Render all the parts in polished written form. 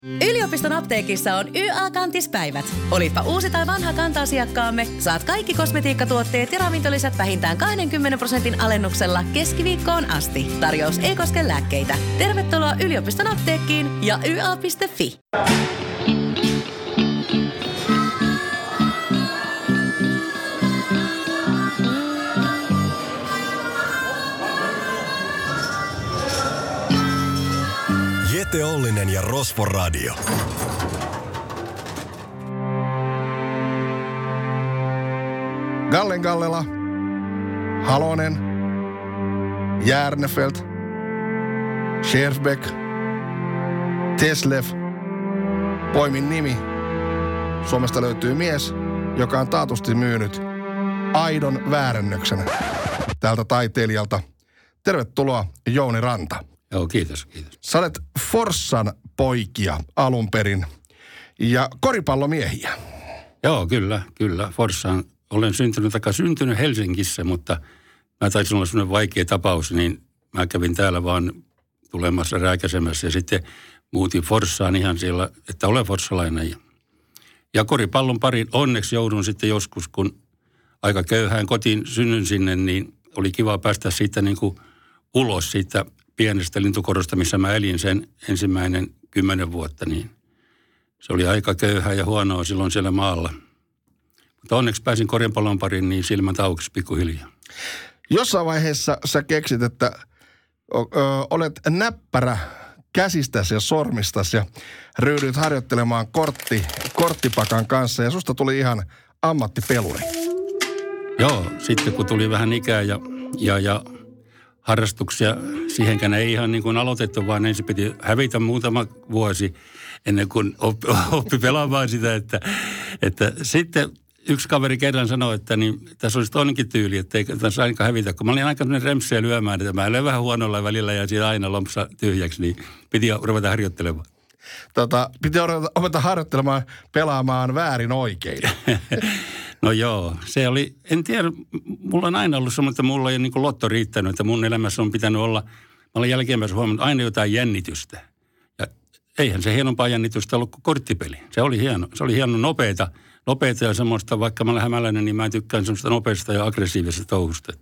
Yliopiston apteekissa on YA-kantispäivät. Olipa uusi tai vanha kanta-asiakkaamme, saat kaikki kosmetiikkatuotteet ja ravintolisät vähintään 20% alennuksella keskiviikkoon asti. Tarjous ei koske lääkkeitä. Tervetuloa yliopiston apteekkiin ja YA.fi. Jete Ollinen ja Rosvo Radio. Gallela, Halonen, Järnefelt, Schersbeck, Teslev. Poimin nimi. Suomesta löytyy mies, joka on taatusti myynyt aidon väärennöksen tältä taiteilijalta. Tervetuloa, Jouni Ranta. Joo, kiitos. Sä olet Forssan poikia alun perin ja koripallomiehiä. Joo, kyllä. Forssaan olen syntynyt Helsingissä, mutta mä taisin olla sellainen vaikea tapaus, niin mä kävin täällä vaan tulemassa rääkäsemässä ja sitten muutin Forssaan ihan siellä, että olen forssalainen. Ja koripallon parin onneksi joudun sitten joskus, kun aika köyhään kotiin synnyn sinne, niin oli kiva päästä siitä niin kuin ulos siitä pienestä lintukorosta, missä mä elin sen ensimmäinen 10 vuotta, niin se oli aika köyhää ja huonoa silloin siellä maalla. Mutta onneksi pääsin koripallon pariin, niin silmät aukesi pikkuhiljaa. Jossain vaiheessa sä keksit, että olet näppärä käsistäsi ja sormistasi ja ryhdyit harjoittelemaan korttipakan kanssa ja susta tuli ihan ammattipeluri. Joo, sitten kun tuli vähän ikää ja harrastuksia, siihenkään ei ihan niin kuin aloitettu, vaan ensin piti hävitä muutama vuosi ennen kuin oppi pelaamaan sitä, että sitten yksi kaveri kerran sanoi, että niin, tässä olisi toinenkin tyyli, että ei tässä ainakaan hävitä, kun mä olin aika sellainen remssiä lyömään, että mä olin vähän huonolla välillä ja siinä aina lompsa tyhjäksi, niin piti ruveta harjoittelemaan. Piti opettaa harjoittelemaan, pelaamaan väärin oikein. No joo, se oli, en tiedä, mulla on aina ollut semmoinen, että mulla ei niin kuin lotto riittänyt, että mun elämässä on pitänyt olla, mä olen jälkeenpäin huomannut aina jotain jännitystä. Ja eihän se hienompaa jännitystä ollut kuin korttipeli. Se oli hieno nopeata ja semmoista, vaikka mä olen hämäläinen, niin mä tykkään semmoista nopeasta ja aggressiivisesta touhusta.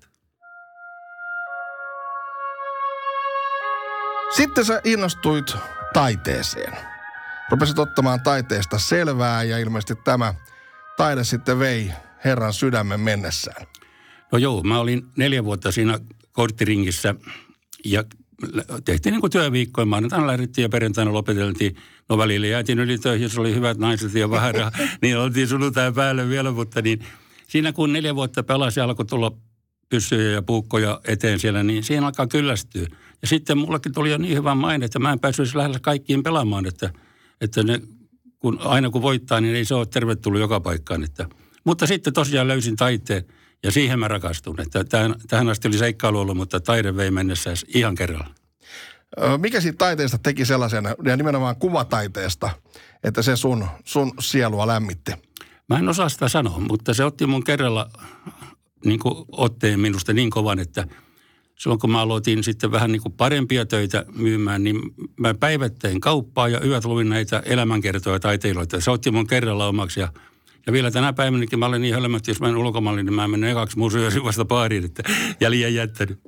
Sitten sä innostuit taiteeseen. Rupesit ottamaan taiteesta selvää ja ilmeisesti tämä taide sitten vei Herran sydämen mennessään. No joo, mä olin 4 vuotta siinä korttiringissä ja tehtiin niin kuin työviikkoja. Maanantaina lähdettiin ja perjantaina lopeteltiin. No välillä jäätiin yli töihin, se oli hyvät naiset ja vähän niin oltiin sunnuntain päälle vielä, mutta niin siinä kun 4 vuotta pelasi ja alkoi tulla pyssyjä ja puukkoja eteen siellä, niin siihen alkaa kyllästyä. Ja sitten mullekin tuli jo niin hyvä maine, että mä en päässyt lähellä kaikkiin pelaamaan, että ne, aina kun voittaa, niin ei se ole tervetullut joka paikkaan. Mutta sitten tosiaan löysin taiteen ja siihen mä rakastun. Että tähän asti oli seikkailu ollut, mutta taide vei mennessään ihan kerralla. Mikä siitä taiteesta teki sellaisen, ja nimenomaan kuvataiteesta, että se sun sielua lämmitti? Mä en osaa sitä sanoa, mutta se otti mun kerralla niin kuin otteen minusta niin kovan, että silloin kun mä aloitin sitten vähän niin kuin parempia töitä myymään, niin mä päivättein kauppaa ja yöt luin näitä elämänkertoja taiteilijoita. Se otti mun kerralla omaksi ja vielä tänä päivänäkin mä olen niin hölmö, että jos mä en ulkomaille, niin mä menen 2 museoisin vasta baariin, että ja liian jättänyt.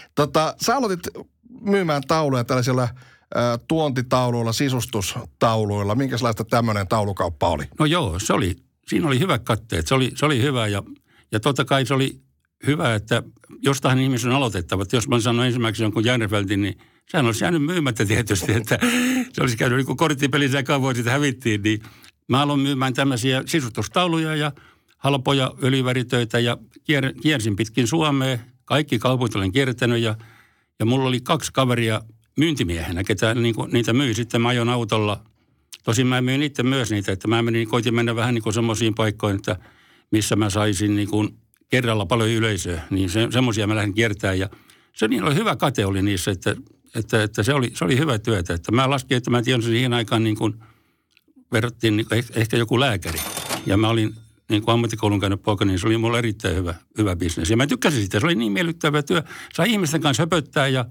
Sä aloitit myymään tauluja tällaisilla tuontitauluilla, sisustustauluilla. Minkälaista tämmöinen taulukauppa oli? No joo, siinä oli hyvät katteet. Se oli hyvä ja totta kai se oli hyvä, että jostain ihmisen on aloitettava. Että jos mä sanon ensimmäiseksi jonkun Järnfeltin, niin sehän olisi jäänyt myymättä tietysti, että se olisi käynyt niin kuin korttipelissä vuosit hävittiin. Niin mä aloin myymään tämmöisiä sisustustauluja ja halpoja öljyväritöitä ja kiersin pitkin Suomea. Kaikki kaupungit olen kiertänyt ja mulla oli 2 kaveria myyntimiehenä, ketä niitä myi. Sitten mä ajoin autolla. Tosin mä myin itse myös niitä, että koitin mennä vähän niin kuin semmoisiin paikkoihin, että missä mä saisin niin kuin kerralla paljon yleisöä. Niin semmoisia mä lähdin kiertämään ja se niin oli hyvä kate oli niissä, että se oli hyvä työtä. Että mä laskin, että mä tienasin siihen aikaan niin kuin verrattiin niin kuin ehkä joku lääkäri. Ja mä olin niin kuin ammattikoulun käynyt poika, niin se oli mulle erittäin hyvä bisnes. Ja mä tykkäsin sitä, se oli niin miellyttävä työ. Sai ihmisten kanssa höpöttää ja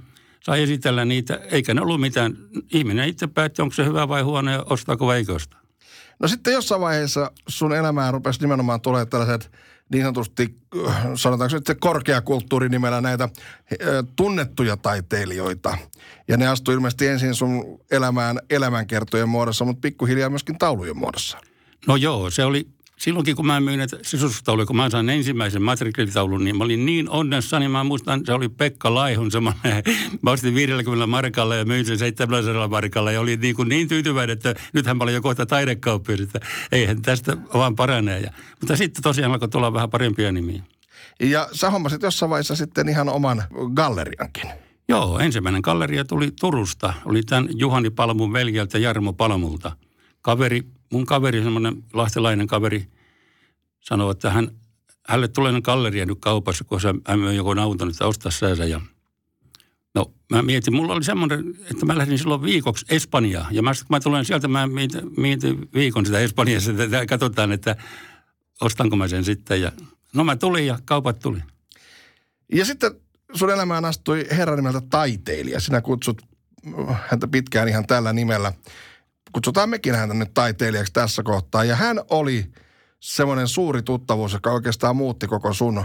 sai esitellä niitä, eikä ne ollut mitään. Ihminen itse päätti, onko se hyvä vai huono ja ostaako vai eikö osta. No sitten jossain vaiheessa sun elämään rupesi nimenomaan tulemaan tällaiset niin sanotusti, sanotaanko nyt se korkeakulttuurinimellä näitä tunnettuja taiteilijoita. Ja ne astui ilmeisesti ensin sun elämään elämänkertojen muodossa, mutta pikkuhiljaa myöskin taulujen muodossa. No joo, se oli silloinkin, kun mä myin näitä sisustustauluja, kun mä sain ensimmäisen matrikelitaulun, niin mä olin niin onnessani. Mä muistan, se oli Pekka Laihun semmoinen. Mä ostin 50 markalla ja myin sen 700 markalla ja olin niin tyytyväinen, että nythän mä olin jo kohta taidekauppias, että eihän tästä vaan paranee. Mutta sitten tosiaan alkoi tulla vähän parempia nimiä. Ja sä hommasit jossain vaiheessa sitten ihan oman galleriankin. Joo, ensimmäinen galleria tuli Turusta. Oli tämän Juhani Palmun veljeltä Jarmo Palmulta. Mun kaveri, semmoinen lahtelainen kaveri, sanoi, että hänelle tulee galleria nyt kaupassa, kun hän myi joku auton, että ostaa säänsä. Ja no mä mietin, mulla oli semmoinen, että mä lähdin silloin viikoksi Espanjaan. Ja kun mä tulen sieltä, mä mietin viikon sitä Espanjassa, että katsotaan, että ostanko mä sen sitten. Ja no mä tulin ja kaupat tuli. Ja sitten sun elämään astui herran nimeltä taiteilija. Sinä kutsut häntä pitkään ihan tällä nimellä. Kutsutaan mekin häntä nyt taiteilijaksi tässä kohtaa. Ja hän oli semmoinen suuri tuttavuus, joka oikeastaan muutti koko sun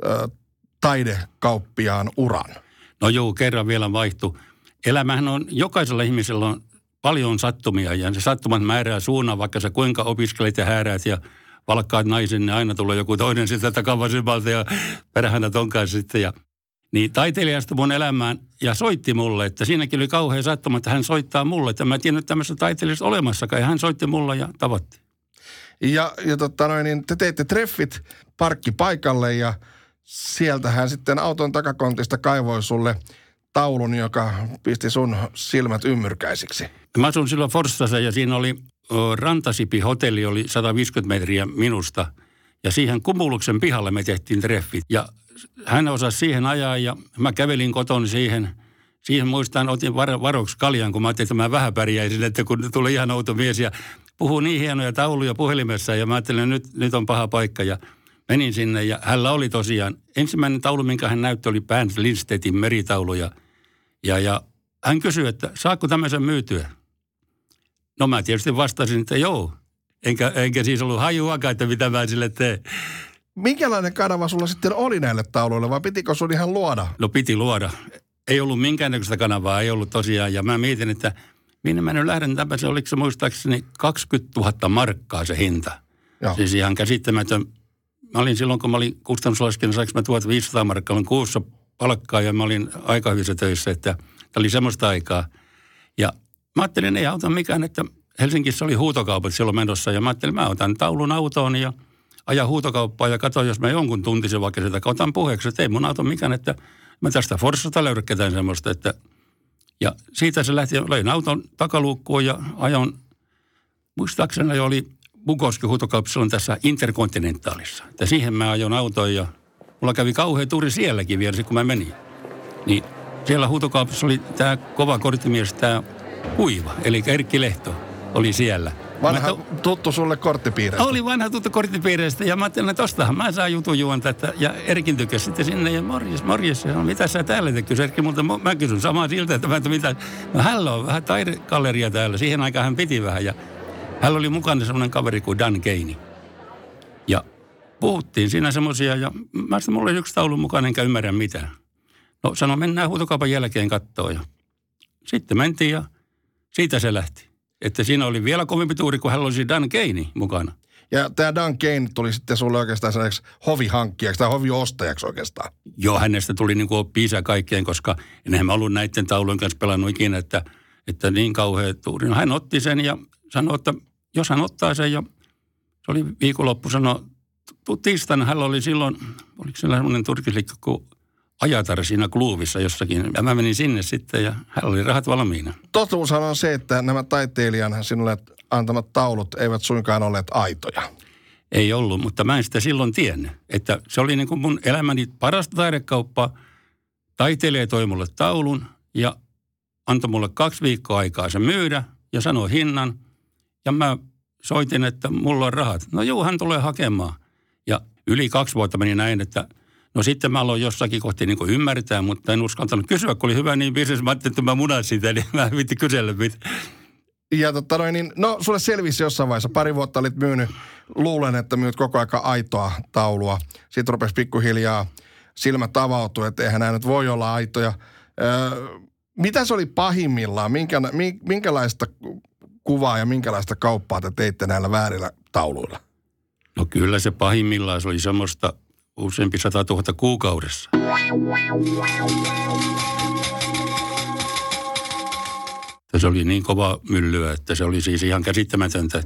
taidekauppiaan uran. No joo, kerran vielä vaihtui. Elämähän on, jokaisella ihmisellä on paljon sattumia ja se sattumat määrää suunnan, vaikka sä kuinka opiskelet ja hääräät ja valkkaat naisen, niin aina tulee joku toinen sitä takavasemmalta ja perähänä ton kanssa sitten. Niin taiteilijasta mun elämään ja soitti mulle, että siinäkin oli kauhea sattuma, että hän soittaa mulle, että mä en tiennyt tämmöistä taiteilijasta olemassakaan ja hän soitti mulle ja tavattiin. Ja niin te teitte treffit parkkipaikalle ja sieltä hän sitten auton takakontista kaivoi sulle taulun, joka pisti sun silmät ymmyrkäisiksi. Mä asun silloin Forssassa ja siinä oli Rantasipi-hotelli, oli 150 metriä minusta ja siihen Kumuluksen pihalle me tehtiin treffit ja hän osasi siihen ajaa ja mä kävelin koton siihen. Siihen muistan, otin varoksi kaljan, kun mä ajattelin, että mä vähän pärjäisin, että kun tuli ihan outo mies ja puhui niin hienoja tauluja puhelimessa ja mä ajattelin, että nyt on paha paikka ja menin sinne ja hänellä oli tosiaan, ensimmäinen taulu, minkä hän näytti, oli Bernd Lindstedtin meritaulu ja hän kysyi, että saako tämmöisen myytyä? No mä tietysti vastasin, että joo, enkä siis ollut hajuakaan, että mitä mä sille teen. Minkälainen kanava sulla sitten oli näille tauluille vai pitikö sun ihan luoda? No piti luoda. Ei ollut minkäännäköistä kanavaa, ei ollut tosiaan. Ja mä mietin, että minne mä nyt lähden tämmöisen, oliko se muistaakseni 20 000 markkaa se hinta. Joo. Siis ihan käsittämätön. Mä olin silloin, kun mä olin kustannuslaskenut, saanko mä 1500 markkaa, olin kuussa palkkaa ja mä olin aika hyvissä töissä, että tämä oli semmoista aikaa. Ja mä ajattelin, ei auta mikään, että Helsingissä oli huutokaupat silloin menossa ja mä ajattelin, mä otan taulun autoon ja aja huutokauppaa ja katso, jos mä jonkun tuntisen vaikka sitä, otan puheeksi, että ei mun auto mikään, että mä tästä Forssasta löydä ketään semmoista, että ja siitä se lähti, löin auton takaluukkuun ja ajon, muistaakseni jo oli Bukowski huutokauppa silloin tässä Interkontinentaalissa. Että siihen mä ajon autoon ja mulla kävi kauhea tuuri sielläkin vielä, kun mä menin. Niin siellä huutokaupassa oli tää kova korttimies, tää Kuiva, eli Erkki Lehto oli siellä. Vanha tuttu sulle korttipiireistä. Oli vanha tuttu korttipiireistä ja mä ajattelin, että tostahan mä saan jutun juonta. Ja Erkin tykkäsi sitten sinne ja morjes. Ja mitä sä täällä tekys Erkki? Mutta mä kysyn samaa siltä, että mitä. No hänellä on vähän taidegalleria täällä. Siihen aikaan hän piti vähän ja hänellä oli mukana semmoinen kaveri kuin Dan Keini. Ja puhuttiin siinä semmoisia ja mä sanoin, mulla oli yksi taulu mukana enkä ymmärrä mitään. No sano, mennään huutokaupan jälkeen kattoon ja sitten mentiin ja siitä se lähti. Että siinä oli vielä kovempi tuuri, kun hän olisi Dan Keini mukana. Ja tämä Dan Keini tuli sitten sulle oikeastaan sellaiseksi hovihankkijaksi tai hoviostajaksi oikeastaan. Joo, hänestä tuli niin kuin oppi-isä kaikkeen, koska enhän mä ollut näiden taulujen kanssa pelannut ikinä, että niin kauhea tuuri. No, hän otti sen ja sanoi, että jos hän ottaa sen ja se oli viikonloppu, sanoi, tiistaina hänellä oli silloin, oliko siellä semmoinen turkislikka kuin Ajatar siinä Kluuvissa jossakin. Ja mä menin sinne sitten ja hän oli rahat valmiina. Totuushan on se, että nämä taiteilijan sinulle antamat taulut eivät suinkaan olleet aitoja. Ei ollut, mutta mä en sitä silloin tiennyt. Että se oli niin kuin mun elämäni parasta taidekauppaa. Taiteilija toi mulle taulun ja antoi mulle 2 viikkoa aikaa se myydä ja sanoi hinnan. Ja mä soitin, että mulla on rahat. No juu, hän tulee hakemaan. Ja yli 2 vuotta meni näin, että No sitten mä aloin jossakin kohti niin kuin ymmärtää, mutta en uskaltanut kysyä, kun oli hyvä niin bisnes. Mä ajattelin, että mä munan sitä, niin mä en viitti kysellä mitään. Ja no sulle selvisi jossain vaiheessa, pari vuotta olit myynyt, luulen, että myyt koko aika aitoa taulua. Sitten rupesi pikkuhiljaa silmät avautui, että eihän nämä nyt voi olla aitoja. Mitä se oli pahimmillaan? Minkälaista kuvaa ja minkälaista kauppaa te teitte näillä väärillä tauluilla? No kyllä se pahimmillaan, se oli semmoista useampi 100 000 kuukaudessa. Se oli niin kova myllyä, että se oli siis ihan käsittämätöntä,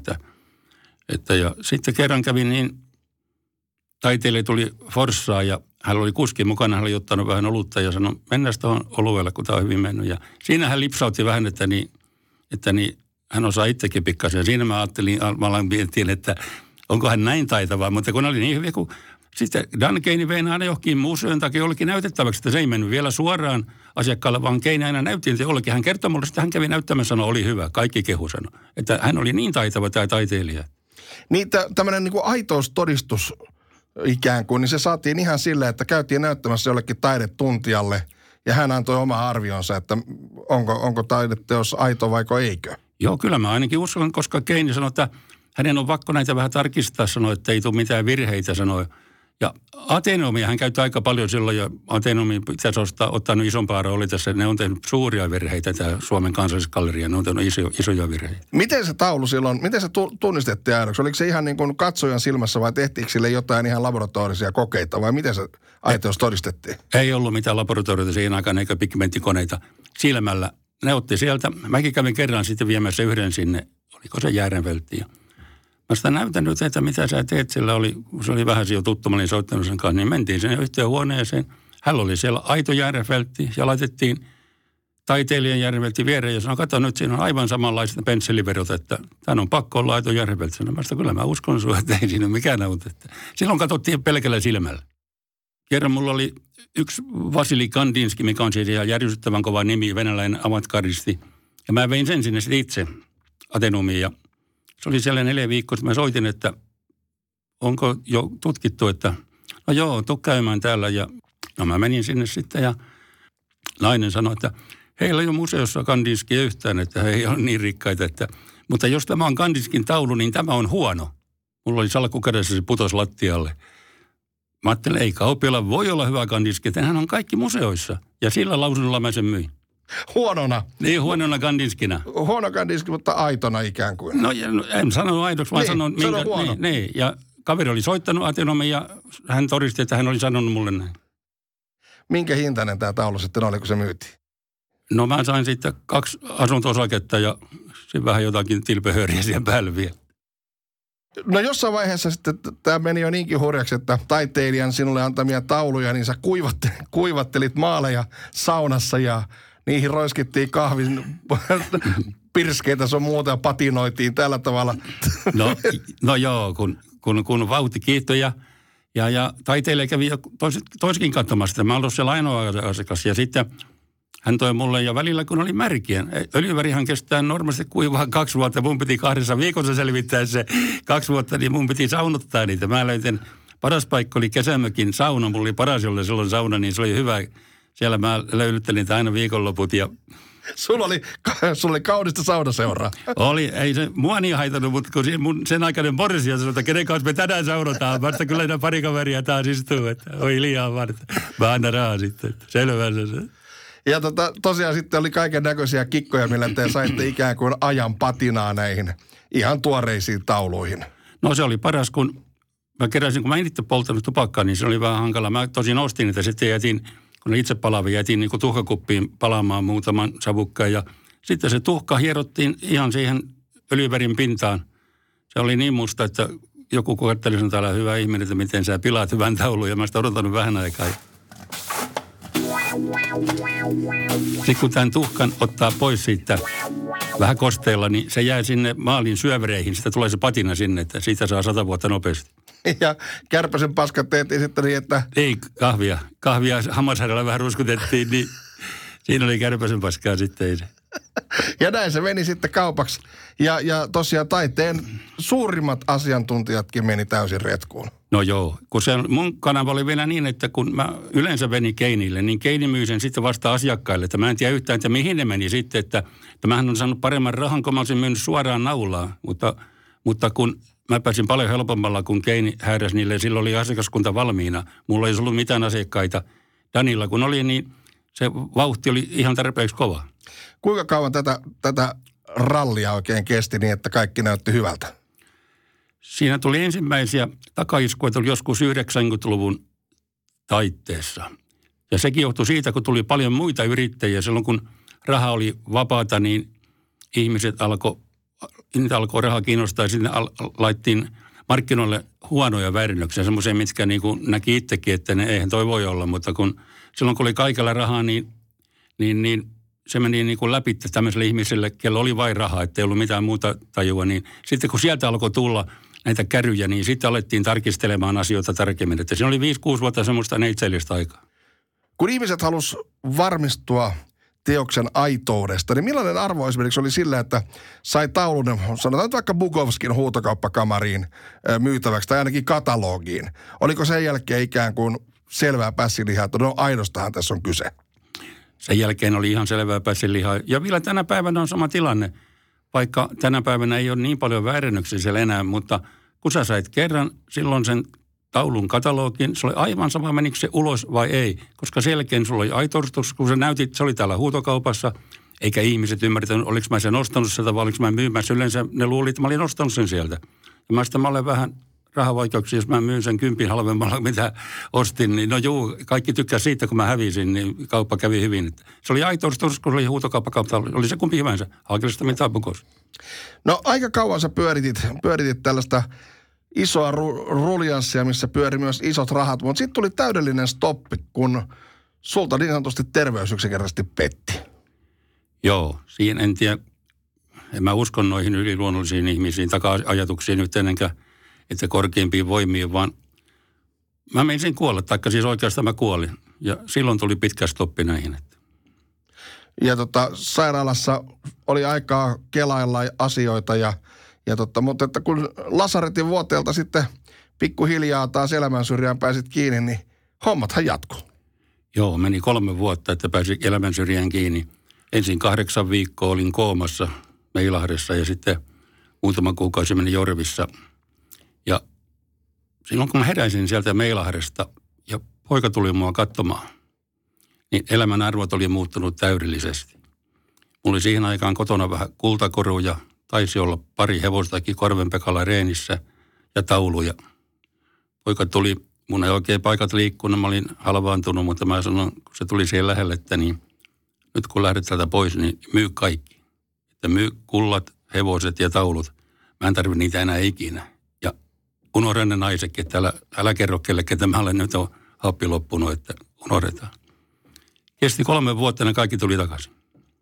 että ja sitten kerran kävin niin, taiteilija tuli Forssaan ja hän oli kuski mukana, hän oli ottanut vähän olutta ja sanoi, mennään tuohon oluelle, kun tämä on hyvin mennyt. Ja siinä hän lipsautti vähän, että hän osaa itsekin pikkasen. Siinä mä ajattelin, että onko hän näin taitava, mutta kun oli niin hyvin, kun sitten Dan Keini vei aina johonkin museon takia jollekin näytettäväksi, että se ei mennyt vielä suoraan asiakkaalle, vaan Keini aina näytti, että jollekin. Hän kertoi mulle, että hän kävi näyttämässä, sanoi, oli hyvä, kaikki kehu sanoi. Että hän oli niin taitava tämä taiteilija. Niin tämmöinen niin kuin aitoustodistus ikään kuin, niin se saatiin ihan silleen, että käytiin näyttämässä jollekin taidetuntijalle ja hän antoi oma arvionsa, että onko taideteos aito vaiko eikö. Joo, kyllä mä ainakin uskon, koska Keini sanoi, että hänen on pakko näitä vähän tarkistaa, sanoi, että ei tule mitään virheitä, sanoi. Ja Ateneumia hän käytti aika paljon silloin, ja Ateneumi pitäisi ottaa nyt isompaa rooli tässä. Ne on tehnyt suuria virheitä, tämä Suomen kansallisgalleria, ne on tehnyt isoja virheitä. Miten se taulu silloin, miten se tunnistettiin aidoksi? Oliko se ihan niin kuin katsojan silmässä vai tehtiinkö sille jotain ihan laboratorisia kokeita vai miten se aiteus todistettiin? Ei ollut mitään laboratorioita siihen aikaan eikä pigmenttikoneita silmällä. Ne otti sieltä. Mäkin kävin kerran sitten viemässä yhden sinne, oliko se Järnfeltiin. Mä sitä näytän nyt, että mitä sä teet. Se oli vähän jo tuttu, mä olin soittanut sen kanssa, niin mentiin sinne yhteen huoneeseen. Hän oli siellä aito Järnfeltti ja laitettiin taiteilijan Järnfeltti viereen ja sanoi, kato nyt, siinä on aivan samanlaiset pensseliverot, että tämän on pakko olla aito Järnfeltti. Mä sanoin, kyllä mä uskon sinua, että ei siinä ole mikään auta. Silloin katsottiin pelkällä silmällä. Kerran mulla oli yksi Vasili Kandinski, mikä on siis ihan järjestettävän kova nimi, venäläinen avantgardisti. Ja mä vein sen sinne sitten itse Ateneumiin ja se oli siellä 4 viikkoa, mä soitin, että onko jo tutkittu, että no joo, tuu käymään täällä. Ja no mä menin sinne sitten ja nainen sanoi, että heillä ei ole museossa Kandinskia yhtään, että he ei ole niin rikkaita. Mutta jos tämä on Kandinskin taulu, niin tämä on huono. Mulla oli salkku kädessä, se putosi lattialle. Mä ajattelin, ei kauppialla voi olla hyvä Kandinskia, että hän on kaikki museoissa. Ja sillä lausunnolla mä sen myin. Huonona. Niin, huonona Kandinskina. Huono Kandinski, mutta aitona ikään kuin. No en sanonut aidoksi, vaan sanon huono. Niin, ja kaveri oli soittanut Ateneumiin ja hän todisti, että hän oli sanonut mulle näin. Minkä hintainen tämä taulu sitten oli, kun se myytiin? No mä sain sitten 2 asunto-osaketta ja sitten vähän jotakin tilpehööriä siihen päälle vielä. No jossain vaiheessa sitten tämä meni jo niinkin hurjaksi, että taiteilijan sinulle antamia tauluja, niin sä kuivattelit maaleja saunassa ja niihin roiskittiin kahvin pirskeitä sun muuta ja patinoitiin tällä tavalla. No joo, kun vauhti kiihtyi ja taiteilija kävi jo toiskin katsomassa. Mä olin siellä ainoa asiakas ja sitten hän toi mulle ja välillä kun oli märkiä. Öljyvärihan kestää normaalisti kuivaa 2 vuotta. Mun piti 2 viikossa selvittää se 2 vuotta, niin mun piti saunottaa niitä. Mä löytin, paras paikka oli kesämökin sauna. Mulla oli paras, jolle silloin sauna, niin se oli hyvä. Siellä mä löylyttelin niitä aina viikonloput ja Sulla oli kaunista saunaseuraa. Oli, ei se mua niin haitannut, mutta kun sen aikainen Boris sanoi, että kenen kanssa me tänään saunotaan. Vasta kyllä nämä pari kaveria taas istuu, että oi liian varten. Mä annan rahaa sitten, selvä se. Ja tosiaan sitten oli kaiken näköisiä kikkoja, millä te saitte ikään kuin ajan patinaa näihin ihan tuoreisiin tauluihin. No se oli paras, kun mä keräsin, kun mä en itse polttanut tupakkaa, niin se oli vähän hankala. Mä tosin ostin, että sitten jätin, kun ne itse palavia, jätin niin kuin tuhkakuppiin palaamaan muutaman savukkaan. Ja sitten se tuhka hierottiin ihan siihen öljyvärin pintaan. Se oli niin musta, että joku koetteli sen täällä hyvä ihminen, että miten sä pilaat hyvän taulun. Ja mä sitä odotanut vähän aikaa. Sitten kun tämän tuhkan ottaa pois siitä vähän kosteella, niin se jää sinne maalin syövereihin. Sitten tulee se patina sinne, että siitä saa 100 vuotta nopeasti. Ja Kärpäsen paskat tehtiin sitten niin, että... Ei, kahvia. Kahvia Hammarsharjalla vähän ruskutettiin, niin siinä oli Kärpäsen paskaa sitten. Ja näin se meni sitten kaupaksi. Ja tosiaan taiteen suurimmat asiantuntijatkin meni täysin retkuun. No joo, kun se mun kanava oli vielä niin, että kun mä yleensä venin Keinille, niin Keini myi sen sitten vasta asiakkaille. Että mä en tiedä yhtään, että mihin ne meni sitten, että mähän on saanut paremman rahan, kun mä olisin myynyt suoraan naulaan. Mutta kun mä pääsin paljon helpommalla, kun Keini hääräsi niille, silloin oli asiakaskunta valmiina. Mulla ei ollut mitään asiakkaita. Danilla kun oli, niin se vauhti oli ihan tarpeeksi kova. Kuinka kauan tätä rallia oikein kesti niin, että kaikki näytti hyvältä? Siinä tuli ensimmäisiä takaiskuja, tuli joskus 90-luvun taitteessa. Ja sekin johtui siitä, kun tuli paljon muita yrittäjiä. Silloin kun raha oli vapaata, niin ihmiset alkoi rahaa kiinnostaa. Ja sitten laittiin markkinoille huonoja väärennöksiä, semmoisia, mitkä niin kuin näki itsekin, että eihän toi voi olla. Mutta silloin kun oli kaikella rahaa, niin se meni niin kuin läpi tämmöiselle ihmiselle, kello oli vain rahaa, ettei ollut mitään muuta tajua. Niin sitten kun sieltä alkoi tulla näitä käryjä, niin sitten alettiin tarkistelemaan asioita tarkemmin. Että siinä oli 5-6 vuotta semmoista neitsellistä aikaa. Kun ihmiset halusi varmistua teoksen aitoudesta, niin millainen arvo esimerkiksi oli sillä, että sai taulun, sanotaan nyt vaikka Bukowskin huutokauppakamariin myytäväksi tai ainakin katalogiin. Oliko sen jälkeen ikään kuin selvää pässilihaa, että no aidostahan tässä on kyse? Sen jälkeen oli ihan selvää pässilihaa. Ja vielä tänä päivänä on sama tilanne, vaikka tänä päivänä ei ole niin paljon väärennöksiä siellä enää, mutta kun sä sait kerran silloin sen taulun katalogin, se oli aivan sama, menikö se ulos vai ei, koska selkeän sulla oli aitoustus, kun sä näytit, se oli täällä huutokaupassa, eikä ihmiset ymmärtänyt, oliko mä sen ostanut sieltä vai oliko mä myymässä. Yleensä ne luuli, että mä olin ostanut sen sieltä. Ja mä olen vähän rahavaikeuksia, jos mä myyn sen 10 halvemmalla, mitä ostin, niin no juu, kaikki tykkäsivät siitä, kun mä hävisin, niin kauppa kävi hyvin. Se oli aitoustus, kun se oli huutokauppakauppa, oli se kumpi hyvänsä, Haakelista mitä Bukowski. No aika kauan sä pyöritit tällaista isoa ruljanssia, missä pyöri myös isot rahat, mutta sitten tuli täydellinen stoppi, kun sulta niin sanotusti terveys yksinkertaisesti petti. Joo, siinä en tiedä, en mä uskon noihin yliluonnollisiin ihmisiin, taka-ajatuksiin nyt ennenkään, että korkeimpiin voimiin, vaan mä menisin kuolla, taikka siis oikeastaan mä kuolin. Ja silloin tuli pitkä stoppi näihin. Ja sairaalassa oli aikaa kelailla asioita mutta että kun lasaretin vuoteelta sitten pikkuhiljaa taas elämänsyrjään pääsit kiinni, niin hommathan jatkuu. Joo, meni 3 vuotta, että pääsin elämänsyrjään kiinni. Ensin 8 viikkoa olin koomassa Meilahdessa ja sitten muutama kuukausi meni Jorvissa. Ja silloin kun mä heräsin sieltä Meilahdesta ja poika tuli mua katsomaan, niin elämän arvot oli muuttunut täydellisesti. Mulla oli siihen aikaan kotona vähän kultakoruja, taisi olla pari hevostakin Korvenpekalla reenissä ja tauluja. Poika tuli, mun ei oikein paikat liikkunut, mä olin halvaantunut, mutta mä sanoin, kun se tuli siihen lähelle, että niin nyt kun lähdet täältä pois, niin myy kaikki. Että myy kullat, hevoset ja taulut. Mä en tarvitse niitä enää ikinä. Ja unohda ne naisetkin, että älä kerro kellekään, että mä olen nyt on happi loppunut, että unohdetaan. Kesti 3 vuotta, ne kaikki tuli takaisin.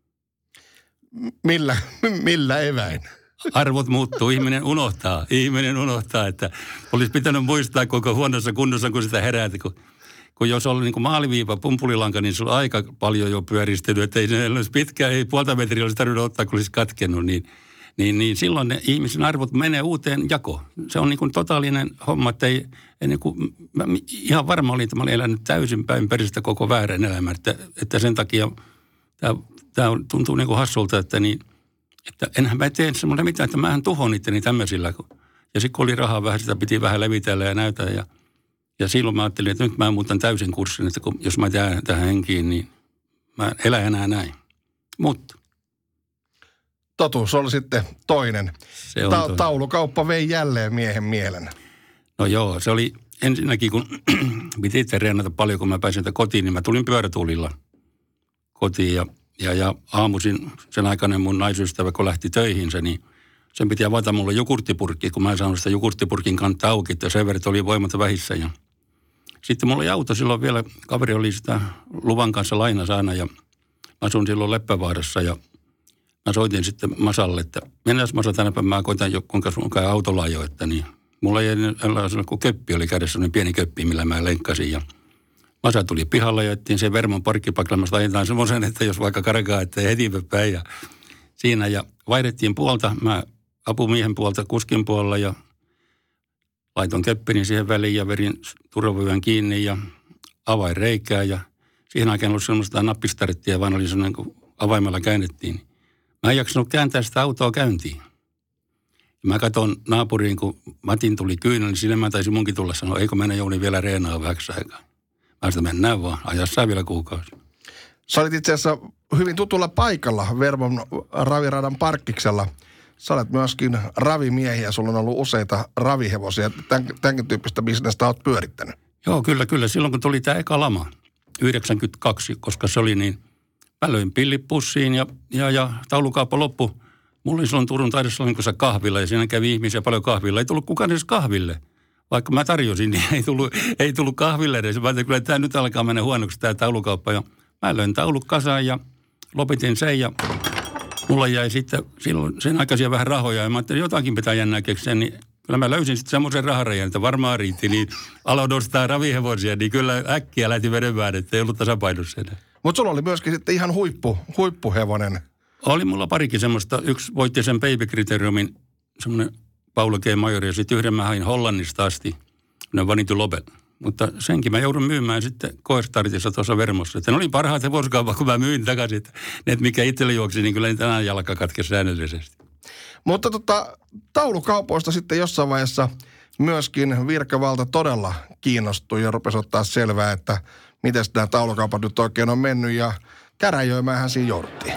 Millä eväin? Arvot muuttuu, ihminen unohtaa, että olisi pitänyt muistaa koko huonossa kunnossa, kun sitä heräät. Kun jos oli niin kuin maaliviiva, pumpulilanka, niin se on aika paljon jo pyöristynyt, että ei se olisi pitkä, ei 0,5 metriä olisi tarvinnut ottaa, kun olisi katkennut, niin silloin ne ihmisen arvot menee uuteen jakoon. Se on niin kuin totaalinen homma, että ei niin kuin, mä ihan varma olin, että mä olin elänyt täysin päin peristä koko väärän elämän, että sen takia tämä tuntuu niin kuin hassulta, että enhän mä tee semmoinen mitään, että mähän tuhon itteni tämmöisillä. Ja sitten kun oli rahaa vähän, sitä piti vähän levitellä ja näytää. Ja silloin mä ajattelin, että nyt mä muutan täysin kurssin, että jos mä jään tähän henkiin, niin mä en elä enää näin. Mutta totuus oli sitten toinen. Taulukauppa vei jälleen miehen mielen. No joo, se oli ensinnäkin, kun piti itse reenata paljon, kun mä pääsin kotiin, niin mä tulin pyörätuolilla kotiin ja aamuisin sen aikainen mun naisystävä, kun lähti töihinsä, niin sen piti avata mulle jogurttipurkki, kun mä en saanut sitä jogurttipurkin kantta auki, että sen verran oli voimat vähissä. Ja sitten mulla oli auto silloin vielä, kaveri oli sitä luvan kanssa lainas aina ja mä asun silloin Leppävaarassa ja mä soitin sitten Masalle, että mennäs Masa tänä päivänä, mä koitan kuinka sun käy autolla ajoa, että niin mulla ei sellainen kuin köppi oli kädessä, sellainen pieni köppi, millä mä lenkkasin ja Masa tuli pihalle ja ettiin sen Vermon parkkipaklamasta ajetaan semmoisen, että jos vaikka karkaa, että ei heti päin. Ja siinä ja vaihdettiin puolta, mä apumiehen puolta kuskin puolella ja laitoin keppini siihen väliin ja verin turvavyön kiinni ja avain reikää ja siihen aikaan ollut semmoista nappistarettia, vaan oli semmoinen, kun avaimella käännettiin. Mä en jaksanut kääntää sitä autoa käyntiin. Mä katson naapuriin, kun Matin tuli kyynä, niin sinne mä taisin munkin tulla sanoa, eikö mennä Jouni vielä reenaa vähäksi aikaa. Mä sitä mennään vaan, ajassa vielä kuukausi. Sä olit itse asiassa hyvin tutulla paikalla Vermon raviradan parkkiksella. Sä olet myöskin ravimiehiä, sulla on ollut useita ravihevosia. Tämänkin tyyppistä bisnestä olet pyörittänyt. Joo, kyllä. Silloin kun tuli tämä eka lama, 92, koska se oli niin, mä löin pillipussiin ja taulukauppa loppu. Mulla oli silloin Turun taidesalonkossa kahvilla ja siinä kävi ihmisiä paljon kahvilla. Ei tullut kukaan edes kahville. Vaikka mä tarjosin, niin ei tullut kahville edes. Mä ajattelin, että tämä nyt alkaa mennä huonoksi tämä taulukauppa. Ja mä löin taulut kasaan ja lopetin sen ja mulla jäi sitten silloin sen aikaisia vähän rahoja. Ja mä ajattelin, että jotakin pitää jännää keksiä, niin kyllä mä löysin sitten semmoisen raharajan, että varmaan riitti. Niin aloin ostaa ravihevosia, niin kyllä äkkiä lähti vedemään, että ei ollut tasapainossa enää. Mutta sulla oli myöskin sitten ihan huippuhevonen. Oli mulla parikin semmoista. Yksi voitti sen Baby Criteriumin, semmoinen Paula G. Majori, ja sitten yhden mä hain Hollannista asti, ne Vanity Lobel. Mutta senkin mä joudun myymään sitten koestartissa tuossa Vermossa. Että ne oli parhaat hevoskaupat, kun mä myin takaisin. Että ne, mitkä itselle juoksi, niin kyllä niitä tänään jalka katkesi säännöllisesti. Mutta taulukaupoista sitten jossain vaiheessa myöskin virkavalta todella kiinnostui ja rupesi ottaa selvää, että miten nämä taulukaupat nyt oikein on mennyt ja käräjöimäänhän siinä jouduttiin.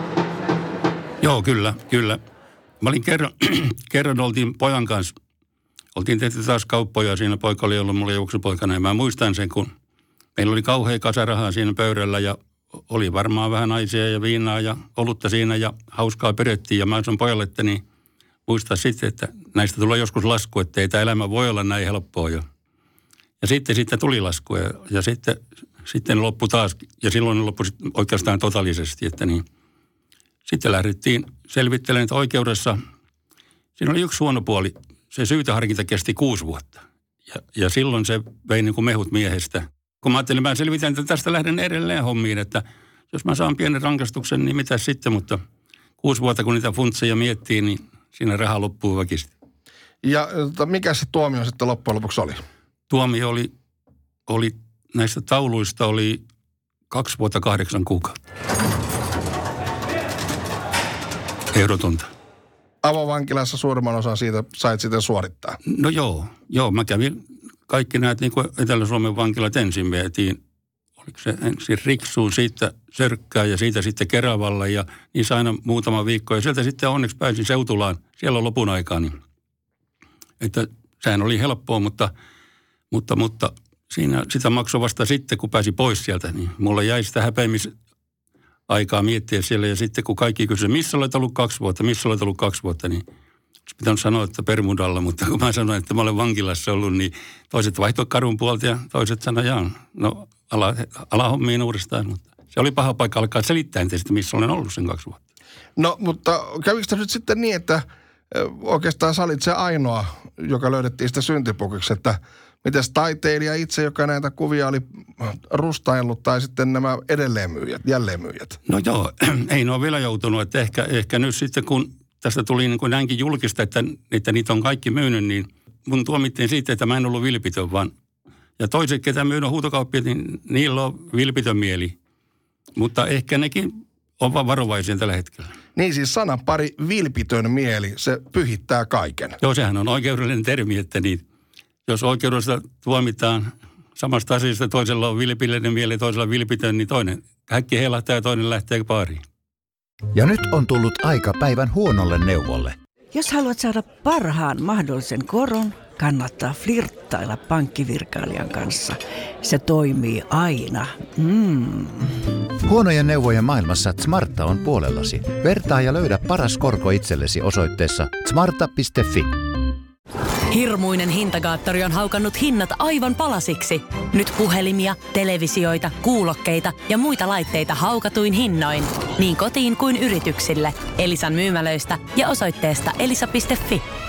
Joo, kyllä. Mä olin kerran oltiin pojan kanssa, oltiin tehty taas kauppoja, siinä poika oli ollut mulle juoksupoikana ja mä muistan sen, kun meillä oli kauhea kasa rahaa siinä pöydällä ja oli varmaan vähän naisia ja viinaa ja olutta siinä ja hauskaa pidettiin ja mä sanoin pojalle, että niin muistaa sitten, että näistä tulee joskus lasku, että ei tämä elämä voi olla näin helppoa ja sitten tuli lasku ja sitten loppui taas ja silloin loppui oikeastaan totaalisesti, että niin. Sitten lähdettiin selvittelemään, että oikeudessa, siinä oli yksi huono puoli, se syyteharkinta kesti 6 vuotta. Ja silloin se vei niin kuin mehut miehestä. Kun mä ajattelin, mä selvitän, että tästä lähden edelleen hommiin, että jos mä saan pienen rangaistuksen, niin mitä sitten, mutta 6 vuotta kun niitä funtseja miettii, niin siinä raha loppuu väkisti. Ja mikä se tuomio sitten loppujen lopuksi oli? Tuomio oli näistä tauluista oli 2 vuotta 8 kuukautta. Ehdotonta. Avovankilassa suurimman osan siitä sait sitten suorittaa. No joo. Mä kävin kaikki näet niin kuin Etelä-Suomen vankilat ensin vietiin. Oliko se ensin Riksuun, siitä Sörkkään ja siitä sitten Keravalle ja niissä aina muutama viikko. Ja sieltä sitten onneksi pääsin Seutulaan siellä lopun aikaa. Niin. Että sehän oli helppoa, mutta siinä sitä maksoi vasta sitten, kun pääsi pois sieltä. Niin mulla jäi sitä aikaa miettiä siellä ja sitten kun kaikki kysyivät, missä olet ollut 2 vuotta, niin olisi pitänyt sanoa, että Bermudalla, mutta kun mä sanoin, että mä olen vankilassa ollut, niin toiset vaihtoi kadun puolta ja toiset sanoivat, no ala hommiin uudestaan, mutta se oli paha paikka alkaa selittää entä missä olen ollut sen 2 vuotta. No, mutta kävikö nyt sitten niin, että oikeastaan sä olit se ainoa, joka löydettiin sitä syntipukiksi, että mites taiteilija itse, joka näitä kuvia oli rustaillut, tai sitten nämä jälleenmyyjät? No joo, ei ne ole vielä joutunut. Että ehkä nyt sitten, kun tästä tuli niin kuin näinkin julkista, että niitä on kaikki myynyt, niin mun tuomittiin siitä, että mä en ollut vilpitön, vaan ja toiset, ketä myynyt huutokauppia, niin niillä on vilpitön mieli. Mutta ehkä nekin on vaan varovaisia tällä hetkellä. Niin siis sanan pari vilpitön mieli, se pyhittää kaiken. Joo, sehän on oikeudellinen termi, että niin. Jos oikeudessa tuomitaan samasta asiasta, toisella on vilpillinen mieli, toisella vilpitön, niin toinen häkki heilahtaa ja toinen lähtee baariin. Ja nyt on tullut aika päivän huonolle neuvolle. Jos haluat saada parhaan mahdollisen koron, kannattaa flirttailla pankkivirkailijan kanssa. Se toimii aina. Huonojen neuvojen maailmassa Smarta on puolellasi. Vertaa ja löydä paras korko itsellesi osoitteessa smarta.fi. Hirmuinen hintakaattori on haukannut hinnat aivan palasiksi. Nyt puhelimia, televisioita, kuulokkeita ja muita laitteita haukatuin hinnoin. Niin kotiin kuin yrityksille. Elisan myymälöistä ja osoitteesta elisa.fi.